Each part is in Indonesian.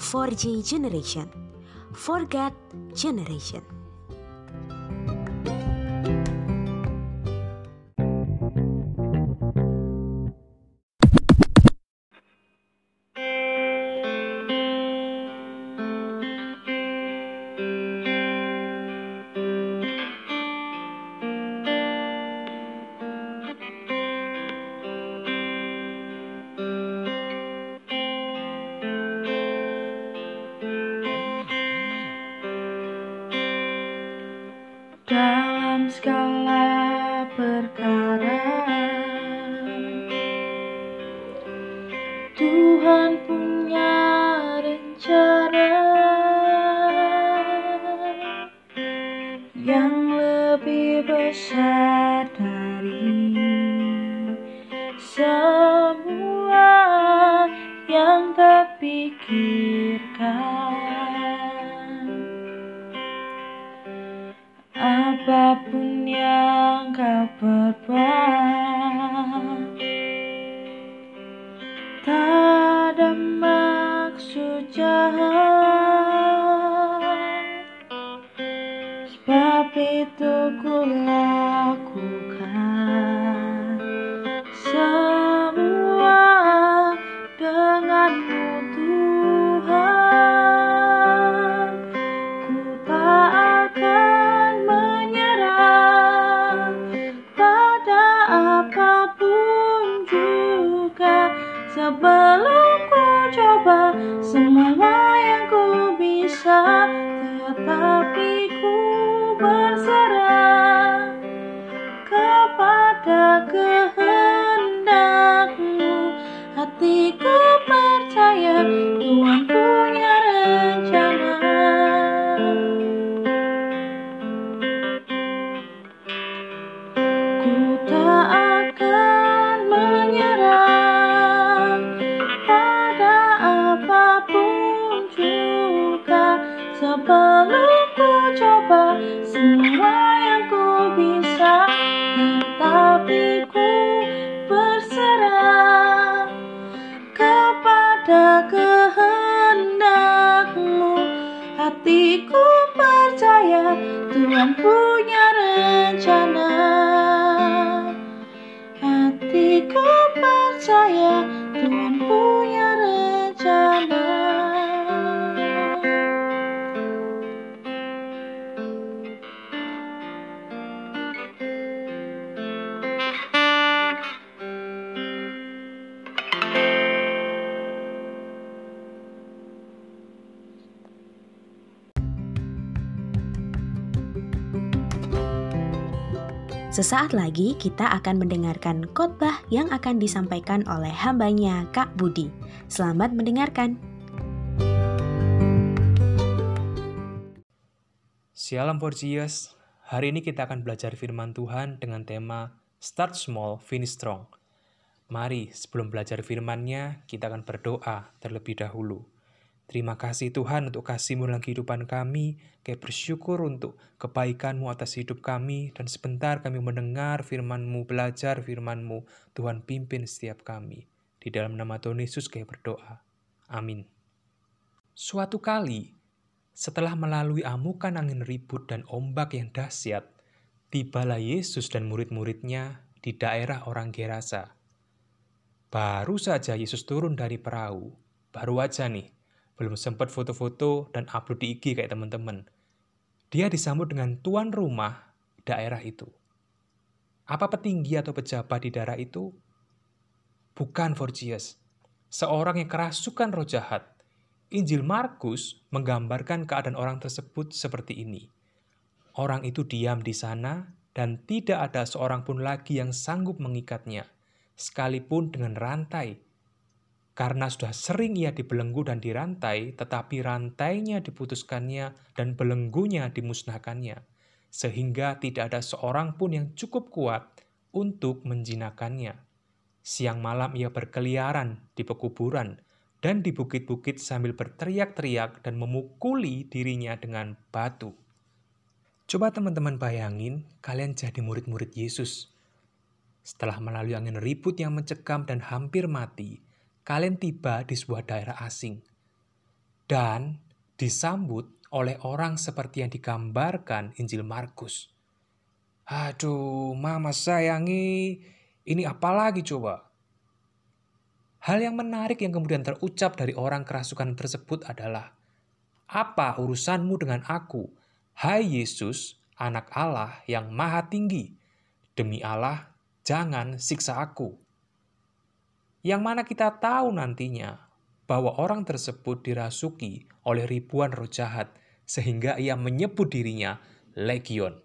4G generation, forget generation. Dalam segala perkara Tuhan punya rencana yang lebih besar dari semua yang terpikirkan. Apapun yang kau perbuat, tak ada maksud jahat. Sebab itu ku lakukan semua denganmu Tuhan. Ku tak akan menyerah pada apapun juga, sebelum ku coba semua yang ku bisa, tetapi ku berserah kepada kehendak-Mu. Hatiku percaya Tuhan punya rencana. Ku tak akan menyerah pada apapun juga, sebelum ku coba semua yang ku bisa, tetapi ku berserah kepada kehendak-Mu. Hatiku percaya Tuhan punya rencana. Hatiku percaya Tuhan punya rencana. Sesaat lagi kita akan mendengarkan khotbah yang akan disampaikan oleh hambanya Kak Budi. Selamat mendengarkan. Shalom Forgiers, hari ini kita akan belajar firman Tuhan dengan tema Start Small, Finish Strong. Mari sebelum belajar firman-Nya, kita akan berdoa terlebih dahulu. Terima kasih Tuhan untuk kasih-Mu dalam kehidupan kami. Kami bersyukur untuk kebaikan-Mu atas hidup kami. Dan sebentar kami mendengar firman-Mu, belajar firman-Mu. Tuhan pimpin setiap kami. Di dalam nama Tuhan Yesus kami berdoa. Amin. Suatu kali, setelah melalui amukan angin ribut dan ombak yang dahsyat, tibalah Yesus dan murid-muridnya di daerah orang Gerasa. Baru saja Yesus turun dari perahu. Baru aja nih. Belum sempat foto-foto dan upload di IG kayak teman-teman. Dia disambut dengan tuan rumah daerah itu. Apa petinggi atau pejabat di daerah itu? Bukan Forgiers. Seorang yang kerasukan roh jahat. Injil Markus menggambarkan keadaan orang tersebut seperti ini. Orang itu diam di sana dan tidak ada seorang pun lagi yang sanggup mengikatnya, sekalipun dengan rantai. Karena sudah sering ia dibelenggu dan dirantai, tetapi rantainya diputuskannya dan belenggunya dimusnahkannya, sehingga tidak ada seorang pun yang cukup kuat untuk menjinakkannya. Siang malam ia berkeliaran di pekuburan dan di bukit-bukit sambil berteriak-teriak dan memukuli dirinya dengan batu. Coba teman-teman bayangin, kalian jadi murid-murid Yesus. Setelah melalui angin ribut yang mencekam dan hampir mati, kalian tiba di sebuah daerah asing. dan disambut oleh orang seperti yang digambarkan Injil Markus. Aduh, mama sayangi, ini apa lagi coba? Hal yang menarik yang kemudian terucap dari orang kerasukan tersebut adalah, "Apa urusanmu dengan aku, hai Yesus, anak Allah yang maha tinggi? Demi Allah, jangan siksa aku." Yang mana kita tahu nantinya bahwa orang tersebut dirasuki oleh ribuan roh jahat sehingga ia menyebut dirinya Legion.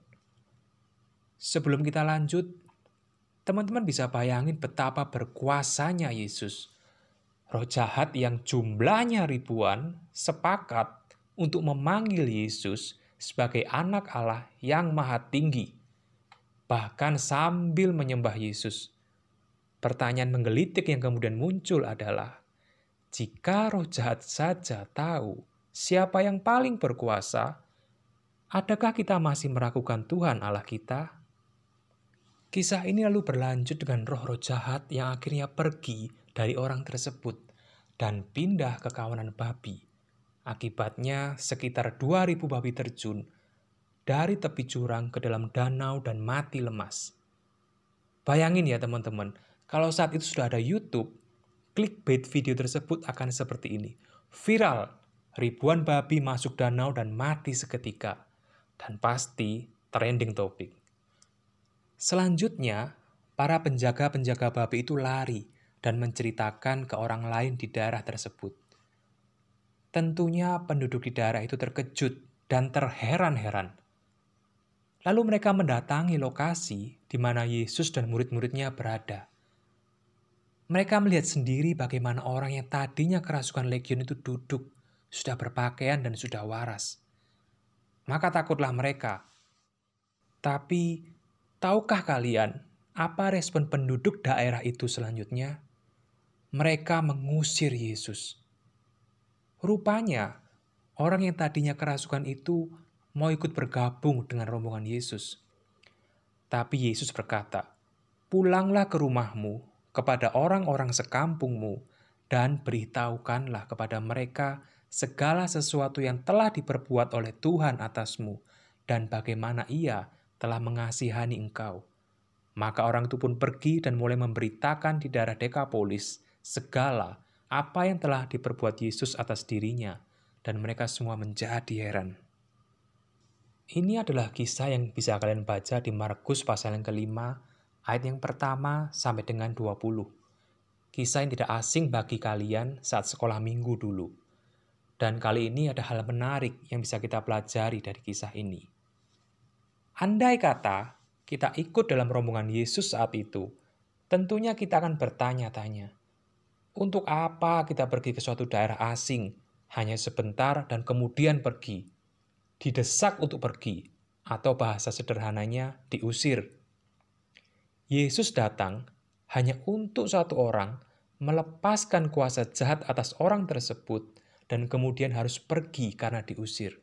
Sebelum kita lanjut, teman-teman bisa bayangin betapa berkuasanya Yesus. Roh jahat yang jumlahnya ribuan sepakat untuk memanggil Yesus sebagai anak Allah yang maha tinggi. Bahkan sambil menyembah Yesus. Pertanyaan menggelitik yang kemudian muncul adalah, jika roh jahat saja tahu siapa yang paling berkuasa, adakah kita masih meragukan Tuhan Allah kita? Kisah ini lalu berlanjut dengan roh-roh jahat yang akhirnya pergi dari orang tersebut dan pindah ke kawanan babi. Akibatnya sekitar 2.000 babi terjun dari tepi jurang ke dalam danau dan mati lemas. Bayangin ya teman-teman, kalau saat itu sudah ada YouTube, clickbait video tersebut akan seperti ini. Viral, ribuan babi masuk danau dan mati seketika. Dan pasti trending topik. Selanjutnya, para penjaga-penjaga babi itu lari dan menceritakan ke orang lain di daerah tersebut. Tentunya penduduk di daerah itu terkejut dan terheran-heran. Lalu mereka mendatangi lokasi di mana Yesus dan murid-muridnya berada. Mereka melihat sendiri bagaimana orang yang tadinya kerasukan legion itu duduk, sudah berpakaian dan sudah waras. Maka takutlah mereka. Tapi, tahukah kalian apa respon penduduk daerah itu selanjutnya? Mereka mengusir Yesus. Rupanya, orang yang tadinya kerasukan itu mau ikut bergabung dengan rombongan Yesus. Tapi Yesus berkata, "Pulanglah ke rumahmu, kepada orang-orang sekampungmu, dan beritahukanlah kepada mereka segala sesuatu yang telah diperbuat oleh Tuhan atasmu, dan bagaimana Ia telah mengasihani engkau." Maka orang itu pun pergi dan mulai memberitakan di daerah Dekapolis segala apa yang telah diperbuat Yesus atas dirinya, dan mereka semua menjadi heran. Ini adalah kisah yang bisa kalian baca di Markus pasal yang kelima, ayat yang pertama sampai dengan 20. Kisah yang tidak asing bagi kalian saat sekolah minggu dulu. Dan kali ini ada hal menarik yang bisa kita pelajari dari kisah ini. Andai kata kita ikut dalam rombongan Yesus saat itu, tentunya kita akan bertanya-tanya, untuk apa kita pergi ke suatu daerah asing, hanya sebentar dan kemudian pergi, didesak untuk pergi, atau bahasa sederhananya diusir. Yesus datang hanya untuk satu orang, melepaskan kuasa jahat atas orang tersebut, dan kemudian harus pergi karena diusir.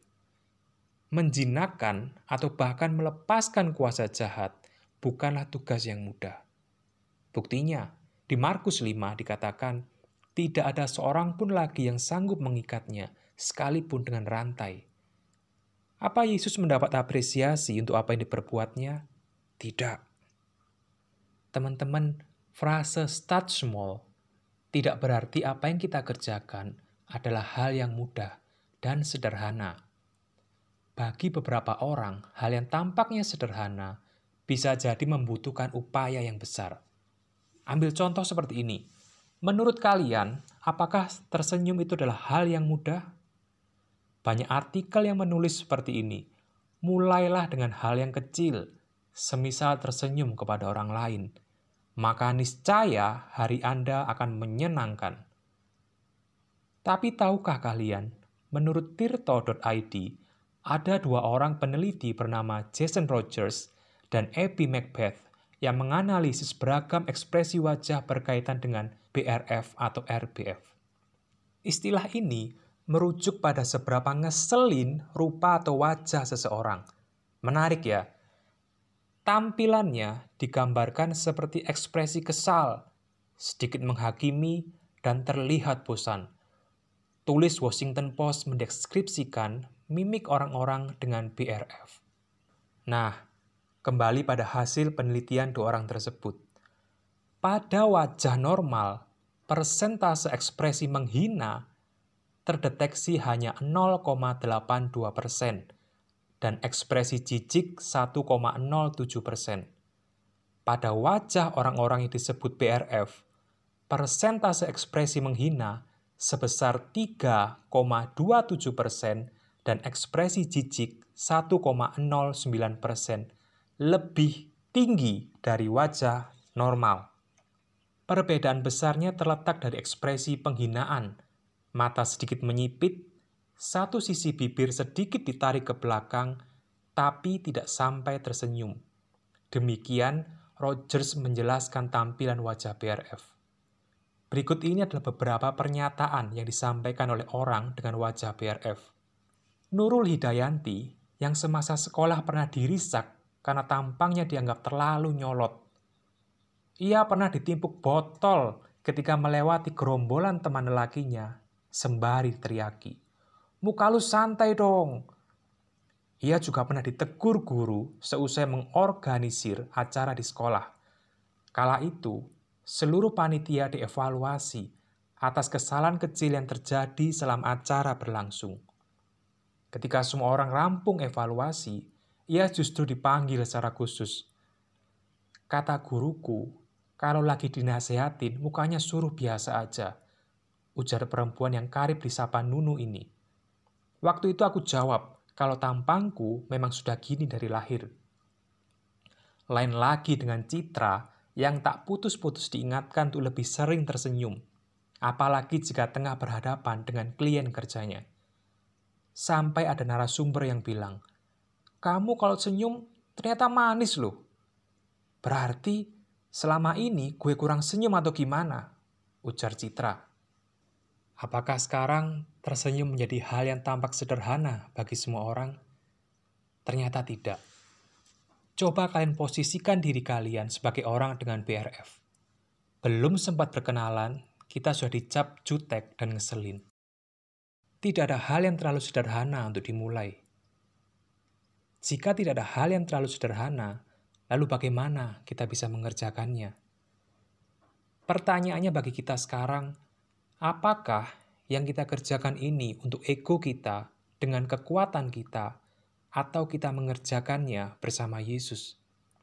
Menjinakkan atau bahkan melepaskan kuasa jahat bukanlah tugas yang mudah. Buktinya, di Markus 5 dikatakan, tidak ada seorang pun lagi yang sanggup mengikatnya, sekalipun dengan rantai. Apa Yesus mendapat apresiasi untuk apa yang diperbuatnya? Tidak. Teman-teman, frase start small tidak berarti apa yang kita kerjakan adalah hal yang mudah dan sederhana. Bagi beberapa orang, hal yang tampaknya sederhana bisa jadi membutuhkan upaya yang besar. Ambil contoh seperti ini. Menurut kalian, apakah tersenyum itu adalah hal yang mudah? Banyak artikel yang menulis seperti ini. Mulailah dengan hal yang kecil, semisal tersenyum kepada orang lain. Maka niscaya hari Anda akan menyenangkan. Tapi tahukah kalian, menurut tirto.id, ada 2 orang peneliti bernama Jason Rogers dan Abby Macbeth yang menganalisis beragam ekspresi wajah berkaitan dengan BRF atau RBF. Istilah ini merujuk pada seberapa ngeselin rupa atau wajah seseorang. Menarik ya? Tampilannya digambarkan seperti ekspresi kesal, sedikit menghakimi, dan terlihat bosan. Tulis Washington Post mendeskripsikan mimik orang-orang dengan BRF. Nah, kembali pada hasil penelitian 2 orang tersebut. Pada wajah normal, persentase ekspresi menghina terdeteksi hanya 0,82% dan ekspresi jijik 1,07%. Pada wajah orang-orang yang disebut BRF, persentase ekspresi menghina sebesar 3,27% dan ekspresi jijik 1,09%, lebih tinggi dari wajah normal. Perbedaan besarnya terletak dari ekspresi penghinaan. Mata sedikit menyipit, satu sisi bibir sedikit ditarik ke belakang, tapi tidak sampai tersenyum. Demikian Rogers menjelaskan tampilan wajah BRF. Berikut ini adalah beberapa pernyataan yang disampaikan oleh orang dengan wajah BRF. Nurul Hidayanti, yang semasa sekolah pernah dirisak karena tampangnya dianggap terlalu nyolot. Ia pernah ditimpuk botol ketika melewati gerombolan teman lelakinya, sembari teriaki, "Muka lu santai dong." Ia juga pernah ditegur guru seusai mengorganisir acara di sekolah. Kala itu, seluruh panitia dievaluasi atas kesalahan kecil yang terjadi selama acara berlangsung. Ketika semua orang rampung evaluasi, ia justru dipanggil secara khusus. "Kata guruku, kalau lagi dinasehatin, mukanya suruh biasa aja," ujar perempuan yang karib disapa Nunu ini. Waktu itu aku jawab, kalau tampangku memang sudah gini dari lahir. Lain lagi dengan Citra yang tak putus-putus diingatkan untuk lebih sering tersenyum, apalagi jika tengah berhadapan dengan klien kerjanya. Sampai ada narasumber yang bilang, "Kamu kalau senyum ternyata manis loh." "Berarti selama ini gue kurang senyum atau gimana?" ujar Citra. Apakah sekarang tersenyum menjadi hal yang tampak sederhana bagi semua orang? Ternyata tidak. Coba kalian posisikan diri kalian sebagai orang dengan BRF. Belum sempat berkenalan, kita sudah dicap jutek dan ngeselin. Tidak ada hal yang terlalu sederhana untuk dimulai. Jika tidak ada hal yang terlalu sederhana, lalu bagaimana kita bisa mengerjakannya? Pertanyaannya bagi kita sekarang, apakah yang kita kerjakan ini untuk ego kita, dengan kekuatan kita, atau kita mengerjakannya bersama Yesus?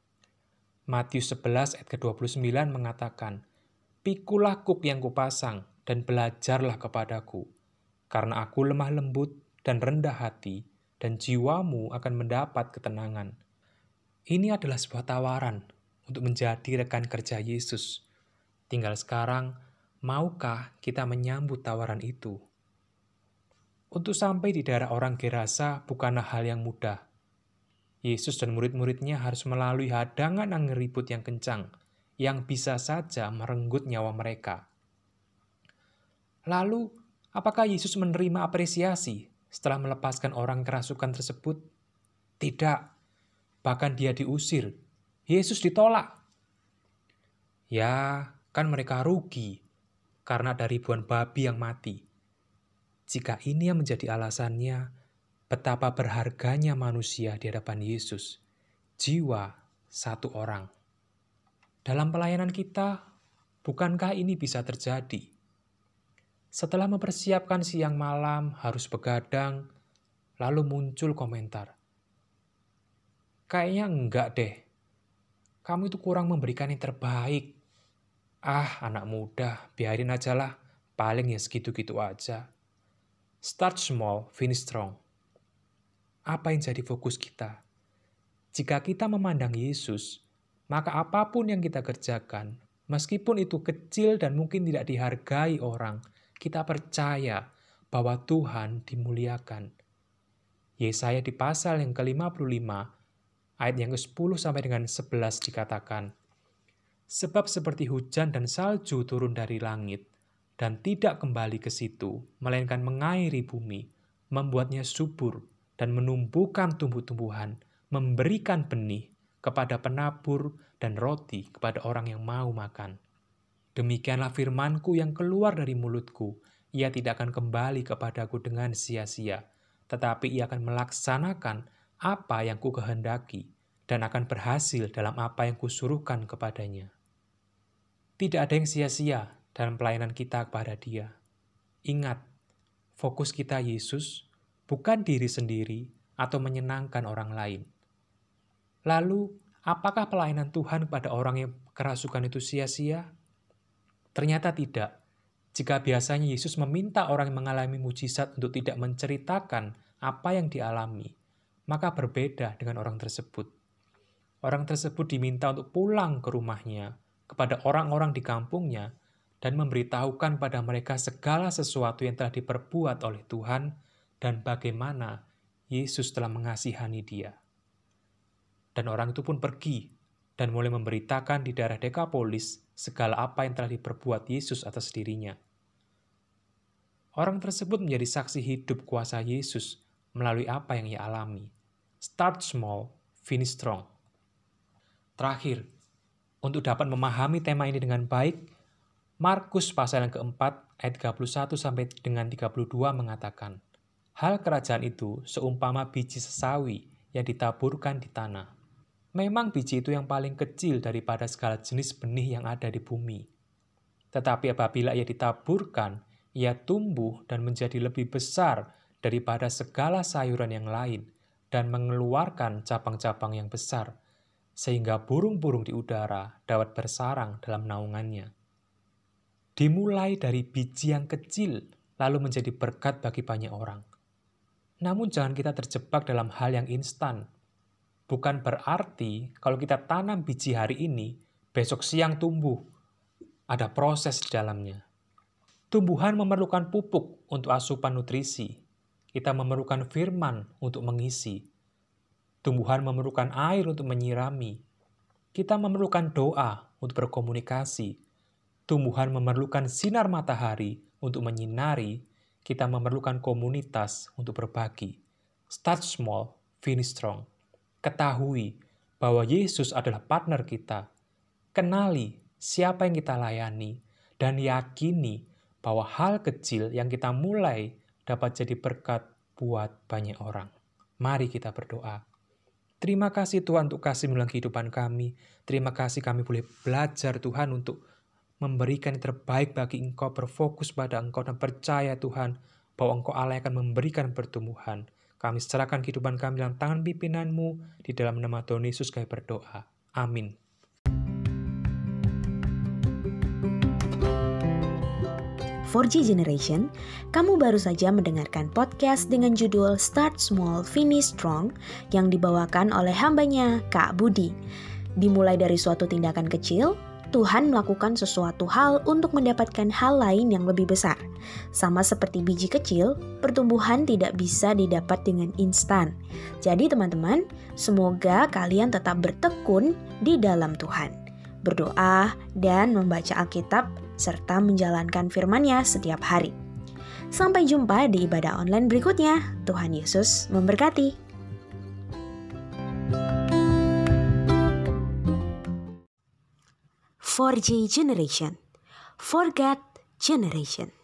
Matius 11 ayat ke-29 mengatakan, "Pikulah kuk yang kupasang dan belajarlah kepadaku, karena aku lemah lembut dan rendah hati, dan jiwamu akan mendapat ketenangan." Ini adalah sebuah tawaran untuk menjadi rekan kerja Yesus. Tinggal sekarang, maukah kita menyambut tawaran itu? Untuk sampai di daerah orang Gerasa bukanlah hal yang mudah. Yesus dan murid-muridnya harus melalui hadangan angin ribut yang kencang, yang bisa saja merenggut nyawa mereka. Lalu, apakah Yesus menerima apresiasi setelah melepaskan orang kerasukan tersebut? Tidak. Bahkan dia diusir. Yesus ditolak. Ya, kan mereka rugi karena ada ribuan babi yang mati. Jika ini yang menjadi alasannya, betapa berharganya manusia di hadapan Yesus. Jiwa satu orang. Dalam pelayanan kita, bukankah ini bisa terjadi? Setelah mempersiapkan siang malam, harus begadang, lalu muncul komentar, "Kayaknya enggak deh. Kamu itu kurang memberikan yang terbaik. Ah, anak muda, biarin aja lah. Paling ya segitu-gitu aja." Start small, finish strong. Apa yang jadi fokus kita? Jika kita memandang Yesus, maka apapun yang kita kerjakan, meskipun itu kecil dan mungkin tidak dihargai orang, kita percaya bahwa Tuhan dimuliakan. Yesaya di pasal yang ke-55, ayat yang ke-10 sampai dengan 11 dikatakan, "Sebab seperti hujan dan salju turun dari langit, dan tidak kembali ke situ, melainkan mengairi bumi, membuatnya subur, dan menumbuhkan tumbuh-tumbuhan, memberikan benih kepada penabur dan roti kepada orang yang mau makan. Demikianlah firmanku yang keluar dari mulutku, ia tidak akan kembali kepadaku dengan sia-sia, tetapi ia akan melaksanakan apa yang ku kehendaki dan akan berhasil dalam apa yang kusuruhkan kepadanya. Tidak ada yang sia-sia dalam pelayanan kita kepada Dia. Ingat, fokus kita Yesus, bukan diri sendiri atau menyenangkan orang lain. Lalu, apakah pelayanan Tuhan kepada orang yang kerasukan itu sia-sia? Ternyata tidak. Jika biasanya Yesus meminta orang yang mengalami mujizat untuk tidak menceritakan apa yang dialami, maka berbeda dengan orang tersebut. Orang tersebut diminta untuk pulang ke rumahnya, kepada orang-orang di kampungnya, dan memberitahukan pada mereka segala sesuatu yang telah diperbuat oleh Tuhan dan bagaimana Yesus telah mengasihani dia. Dan orang itu pun pergi dan mulai memberitakan di daerah Dekapolis segala apa yang telah diperbuat Yesus atas dirinya. Orang tersebut menjadi saksi hidup kuasa Yesus melalui apa yang ia alami. Start small, finish strong. Terakhir, untuk dapat memahami tema ini dengan baik, Markus pasal yang keempat ayat 31 sampai dengan 32 mengatakan, hal kerajaan itu seumpama biji sesawi yang ditaburkan di tanah. Memang biji itu yang paling kecil daripada segala jenis benih yang ada di bumi. Tetapi apabila ia ditaburkan, ia tumbuh dan menjadi lebih besar daripada segala sayuran yang lain dan mengeluarkan cabang-cabang yang besar, sehingga burung-burung di udara dapat bersarang dalam naungannya. Dimulai dari biji yang kecil, lalu menjadi berkat bagi banyak orang. Namun jangan kita terjebak dalam hal yang instan. Bukan berarti kalau kita tanam biji hari ini, besok siang tumbuh. Ada proses di dalamnya. Tumbuhan memerlukan pupuk untuk asupan nutrisi. Kita memerlukan firman untuk mengisi. Tumbuhan memerlukan air untuk menyirami. Kita memerlukan doa untuk berkomunikasi. Tumbuhan memerlukan sinar matahari untuk menyinari. Kita memerlukan komunitas untuk berbagi. Start small, finish strong. Ketahui bahwa Yesus adalah partner kita. Kenali siapa yang kita layani dan yakini bahwa hal kecil yang kita mulai dapat jadi berkat buat banyak orang. Mari kita berdoa. Terima kasih Tuhan untuk kasih menolong kehidupan kami. Terima kasih kami boleh belajar Tuhan untuk memberikan yang terbaik bagi Engkau, berfokus pada Engkau dan percaya Tuhan bahwa Engkau Allah yang akan memberikan pertumbuhan. Kami serahkan kehidupan kami dalam tangan pimpinan-Mu, di dalam nama Tuhan Yesus kami berdoa. Amin. For G Generation, kamu baru saja mendengarkan podcast dengan judul Start Small, Finish Strong yang dibawakan oleh hambanya Kak Budi. Dimulai dari suatu tindakan kecil, Tuhan melakukan sesuatu hal untuk mendapatkan hal lain yang lebih besar. Sama seperti biji kecil, pertumbuhan tidak bisa didapat dengan instan. Jadi teman-teman, semoga kalian tetap bertekun di dalam Tuhan. Berdoa dan membaca Alkitab serta menjalankan firman-Nya setiap hari. Sampai jumpa di ibadah online berikutnya. Tuhan Yesus memberkati. 4G Generation, For God Generation.